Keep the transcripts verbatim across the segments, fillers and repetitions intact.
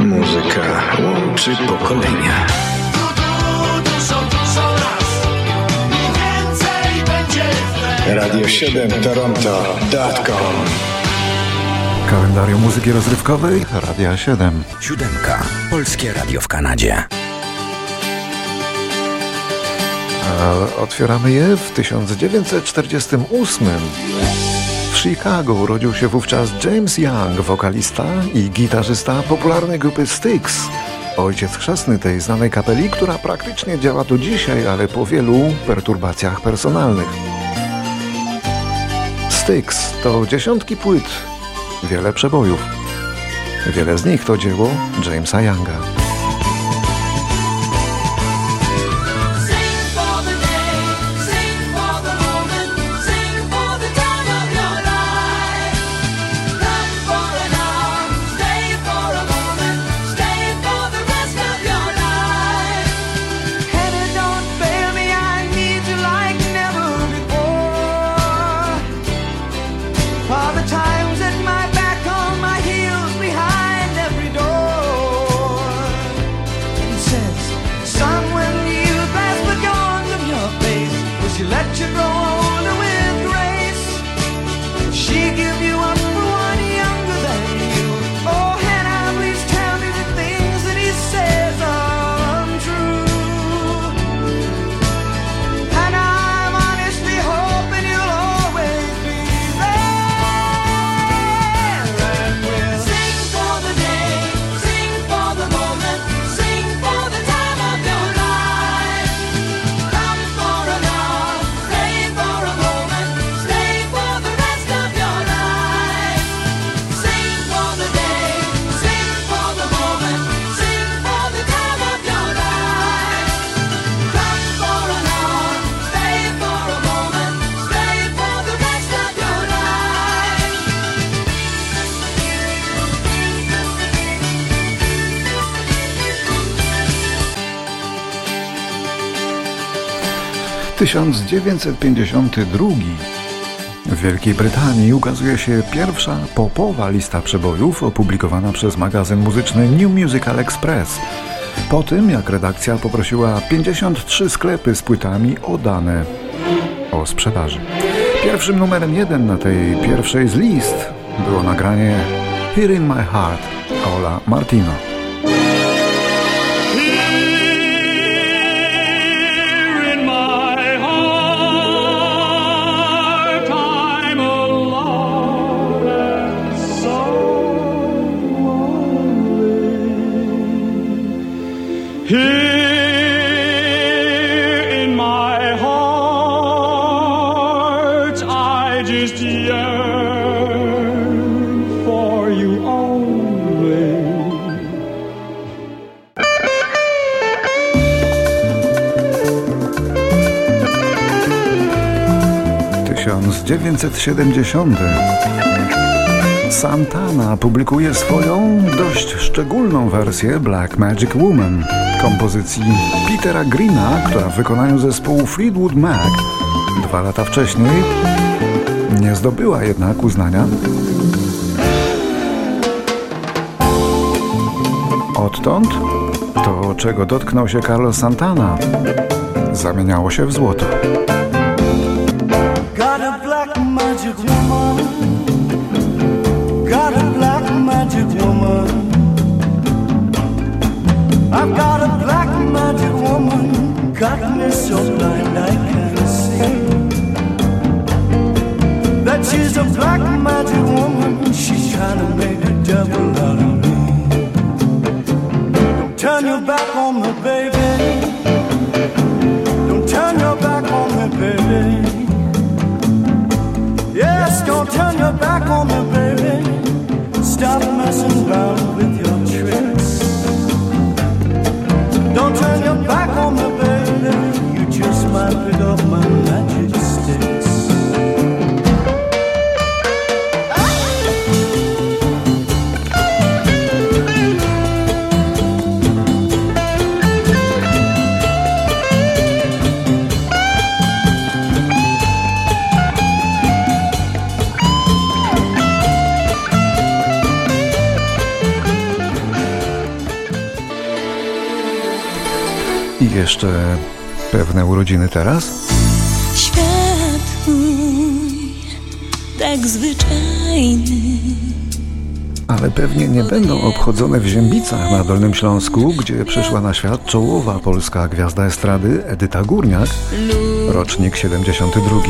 Muzyka łączy pokolenia. Radio siedem Toronto kropka com. Kalendarium muzyki rozrywkowej Radia siedem. Siódemka. Polskie radio w Kanadzie. A otwieramy je w tysiąc dziewięćset czterdziestym ósmym. W Chicago urodził się wówczas James Young, wokalista i gitarzysta popularnej grupy Styx. Ojciec chrzestny tej znanej kapeli, która praktycznie działa do dzisiaj, ale po wielu perturbacjach personalnych. Styx to dziesiątki płyt, wiele przebojów. Wiele z nich to dzieło Jamesa Younga. tysiąc dziewięćset pięćdziesiąty drugi. W Wielkiej Brytanii ukazuje się pierwsza popowa lista przebojów opublikowana przez magazyn muzyczny New Musical Express. Po tym, jak redakcja poprosiła pięćdziesiąt trzy sklepy z płytami o dane o sprzedaży. Pierwszym numerem jeden na tej pierwszej z list było nagranie Here in My Heart Ola Martino. tysiąc dziewięćset siedemdziesiąty. Santana publikuje swoją dość szczególną wersję Black Magic Woman kompozycji Petera Greena, która w wykonaniu zespołu Fleetwood Mac dwa lata wcześniej nie zdobyła jednak uznania. Odtąd to, czego dotknął się Carlos Santana, zamieniało się w złoto. Magic woman, got a black magic woman. I've got a black magic woman, got me so blind I can't see. That she's a black magic woman, she's trying to make a devil out of me. Don't turn your back on me, baby. Don't turn your back on me, baby. Yes, don't turn your back on me, baby. Stop messing around with your tricks. Don't turn your back on me, baby. You just might pick up my magic sticks. I jeszcze pewne urodziny teraz. Świat mój, tak zwyczajny. Ale pewnie nie będą obchodzone w Ziębicach na Dolnym Śląsku, gdzie przyszła na świat czołowa polska gwiazda estrady Edyta Górniak, rocznik siedemdziesiąty drugi.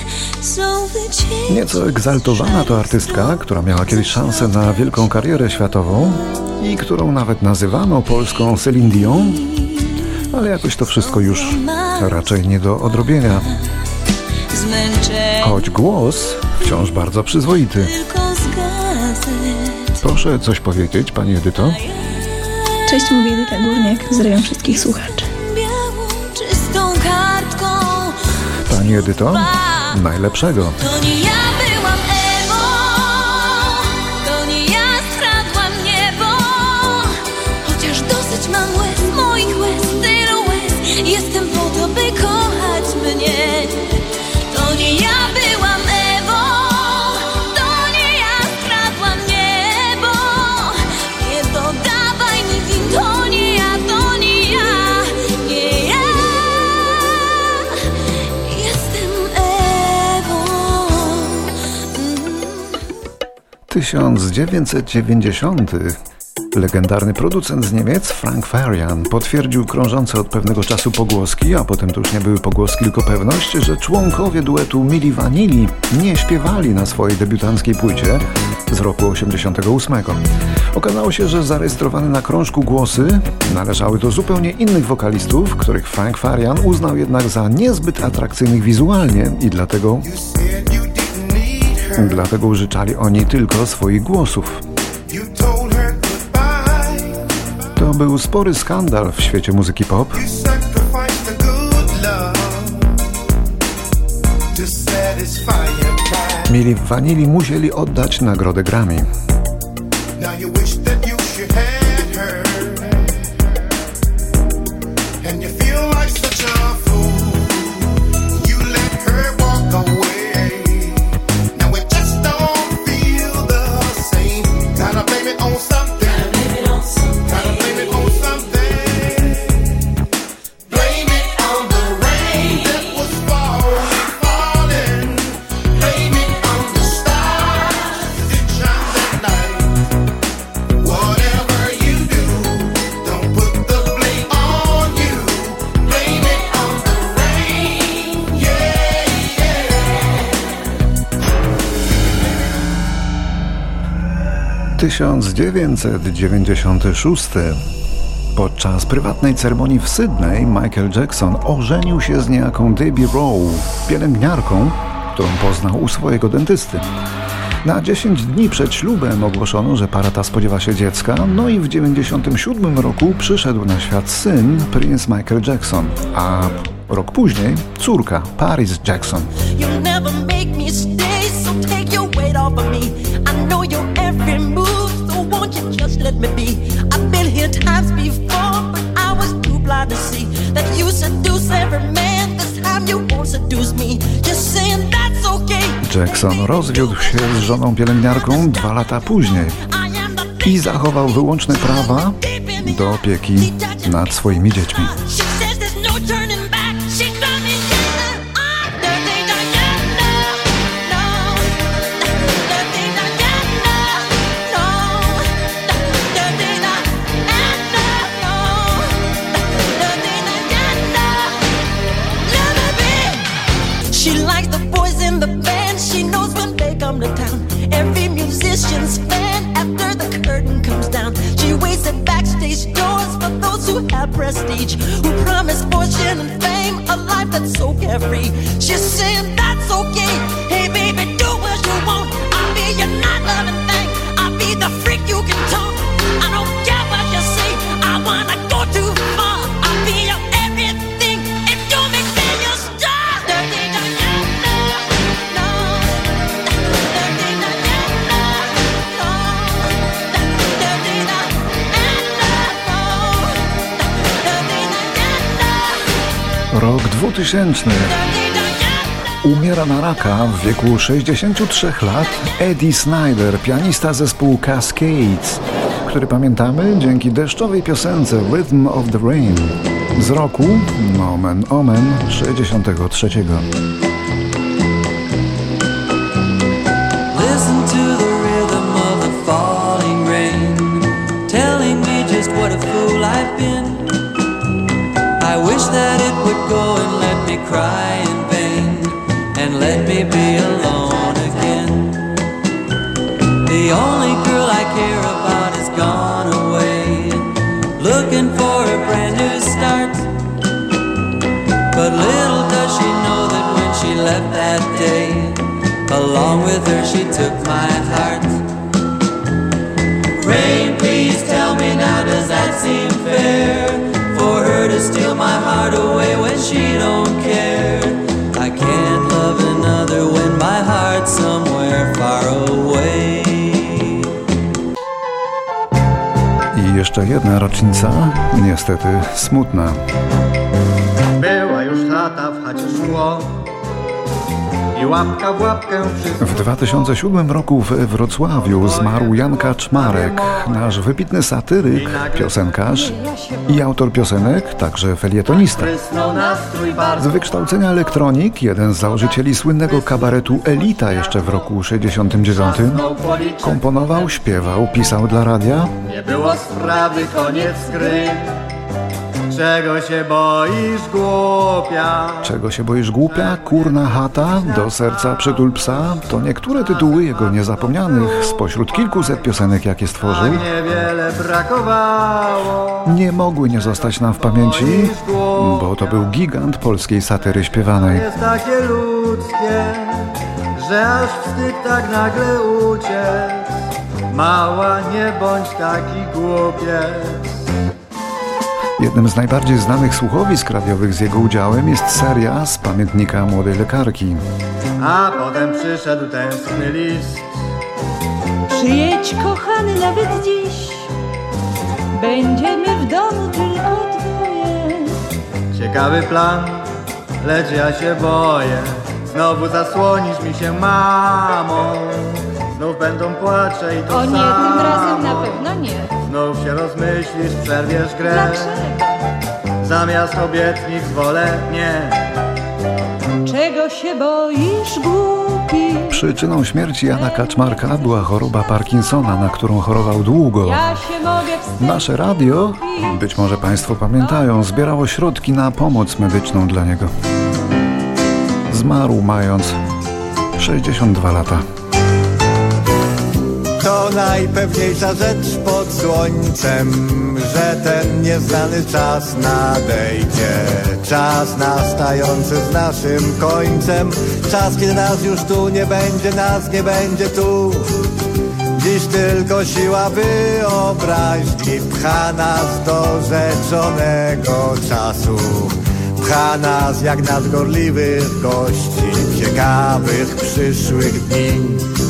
Nieco egzaltowana to artystka, która miała kiedyś szansę na wielką karierę światową i którą nawet nazywano polską Celine Dion, ale jakoś to wszystko już raczej nie do odrobienia. Choć głos wciąż bardzo przyzwoity. Proszę coś powiedzieć, pani Edyto? Cześć, mówi Edyta Górniak, pozdrawiam wszystkich słuchaczy. Pani Edyto, najlepszego. To nie ja byłam Ewą, to nie ja skradłam niebo. Chociaż dosyć mam łez, moich łez, tylu łez. Jestem po to, by kochać mnie. To nie ja byłam Ewą, to nie ja skradłam niebo. Nie dodawaj mi win, to nie ja, to nie ja, nie ja. Jestem Ewą. tysiąc dziewięćset dziewięćdziesiąty. Legendarny producent z Niemiec Frank Farian potwierdził krążące od pewnego czasu pogłoski, a potem to już nie były pogłoski, tylko pewność, że członkowie duetu Milli Vanilli nie śpiewali na swojej debiutanckiej płycie z roku osiemdziesiątego ósmego. Okazało się, że zarejestrowane na krążku głosy należały do zupełnie innych wokalistów, których Frank Farian uznał jednak za niezbyt atrakcyjnych wizualnie i dlatego, dlatego użyczali oni tylko swoich głosów. To był spory skandal w świecie muzyki pop. Milli Vanilli musieli oddać nagrodę Grammy. tysiąc dziewięćset dziewięćdziesiąty szósty. Podczas prywatnej ceremonii w Sydney Michael Jackson ożenił się z niejaką Debbie Rowe, pielęgniarką, którą poznał u swojego dentysty. Na dziesięć dni przed ślubem ogłoszono, że para ta spodziewa się dziecka, no i w dziewięćdziesiątym siódmym roku przyszedł na świat syn, Prince Michael Jackson, a rok później córka Paris Jackson. Just let me be. I've been here times before, but I was too blind to see that you seduce every man. This time you won't seduce me. Just saying that's okay. Jackson rozwiódł się z żoną pielęgniarką dwa lata później i zachował wyłączne prawa do opieki nad swoimi dziećmi. She likes the boys in the band. She knows when they come to town. Every musician's fan after the curtain comes down. She waits at backstage doors for those who have prestige, who promise fortune and fame, a life that's so carefree. She's saying that's okay. Hey baby, do what you want. I'll be your night loving thing. I'll be the freak you can talk. I don't care what you say. I wanna go too far. I'll be your everything. If you make me your star. Rok dwutysięczny. Umiera na raka w wieku sześćdziesięciu trzech lat Eddie Snider, pianista zespołu Cascades, który pamiętamy dzięki deszczowej piosence Rhythm of the Rain. z roku, nomen omen, sześćdziesiątego trzeciego. Listen to the rhythm of the falling rain, telling me just what a fool I've been. I wish that it would go and let me cry in vain, and let me be alone again. The only girl I care about is gone away, looking for a brand new start. But little does she know that when she left that day, along with her she took my heart. Rain, please tell me now, does that seem fair? For her to steal my heart away when she don't care. I can't love another when my heart's somewhere far away. I jeszcze jedna rocznica, niestety smutna. Była już chata, w chacie szkło i łapka w łapkę wszystko. W dwa tysiące siódmym roku we Wrocławiu zmarł Jan Kaczmarek, nasz wybitny satyryk, piosenkarz i autor piosenek, także felietonista. Z wykształcenia elektronik, jeden z założycieli słynnego kabaretu Elita jeszcze w roku sześćdziesiątym dziewiątym. Komponował, śpiewał, pisał dla radia. Nie było sprawy, koniec gry. Czego się boisz, głupia? Czego się boisz, głupia? Kurna chata, do serca przytul psa. To niektóre tytuły jego niezapomnianych spośród kilkuset piosenek, jakie stworzył. Niewiele brakowało. Nie mogły nie zostać nam w pamięci, bo to był gigant polskiej satyry śpiewanej. Jest takie ludzkie, że aż wstyd tak nagle uciec. Mała, nie bądź taki głupiec. Jednym z najbardziej znanych słuchowisk radiowych z jego udziałem jest seria z pamiętnika młodej lekarki. A potem przyszedł tęskny list. Przyjedź, kochany, nawet dziś. Będziemy w domu tylko dwoje. Ciekawy plan, lecz ja się boję. Znowu zasłonisz mi się mamą. Znów będą płacze i to O nie, samo. tym razem na pewno nie. Znów się rozmyślisz, przerwiesz grę. Dlaczego? Zamiast obietnic wolę nie. Czego się boisz, głupi? Przyczyną śmierci Jana Kaczmarka była choroba Parkinsona, na którą chorował długo. Ja się mogę wstydzić. Nasze radio, być może Państwo pamiętają, zbierało środki na pomoc medyczną dla niego. Zmarł mając sześćdziesiąt dwa lata. To najpewniejsza rzecz pod słońcem, że ten nieznany czas nadejdzie. Czas nastający z naszym końcem. Czas, kiedy nas już tu nie będzie, nas nie będzie tu. Dziś tylko siła wyobraźni pcha nas do rzeczonego czasu. Pcha nas jak nadgorliwych gości, ciekawych przyszłych dni.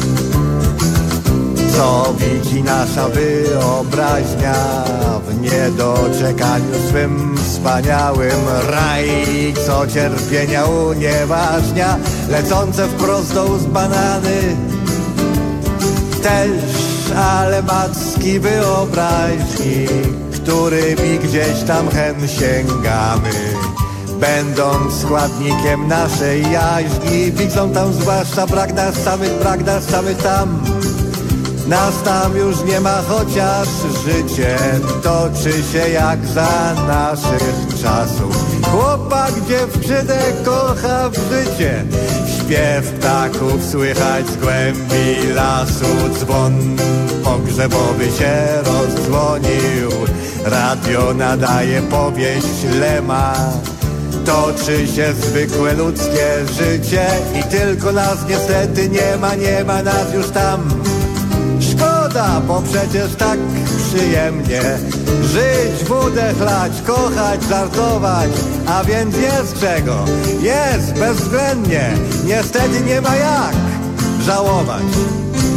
Co widzi nasza wyobraźnia w niedoczekaniu swym wspaniałym raj, co cierpienia unieważnia, lecące wprost do ust banany. Też, ale macki wyobraźni, którymi gdzieś tam hen sięgamy, będąc składnikiem naszej jaźni, widzą tam zwłaszcza brak nas samych, brak nas samych tam. Nas tam już nie ma, chociaż życie toczy się jak za naszych czasów. Chłopak dziewczynę kocha w życie, śpiew ptaków słychać z głębi lasu. Dzwon pogrzebowy się rozdzwonił, radio nadaje powieść Lema. Toczy się zwykłe ludzkie życie i tylko nas niestety nie ma, nie ma nas już tam. Szkoda, bo przecież tak przyjemnie żyć, wódę chlać, kochać, żartować, a więc jest czego, jest bezwzględnie, niestety nie ma jak żałować.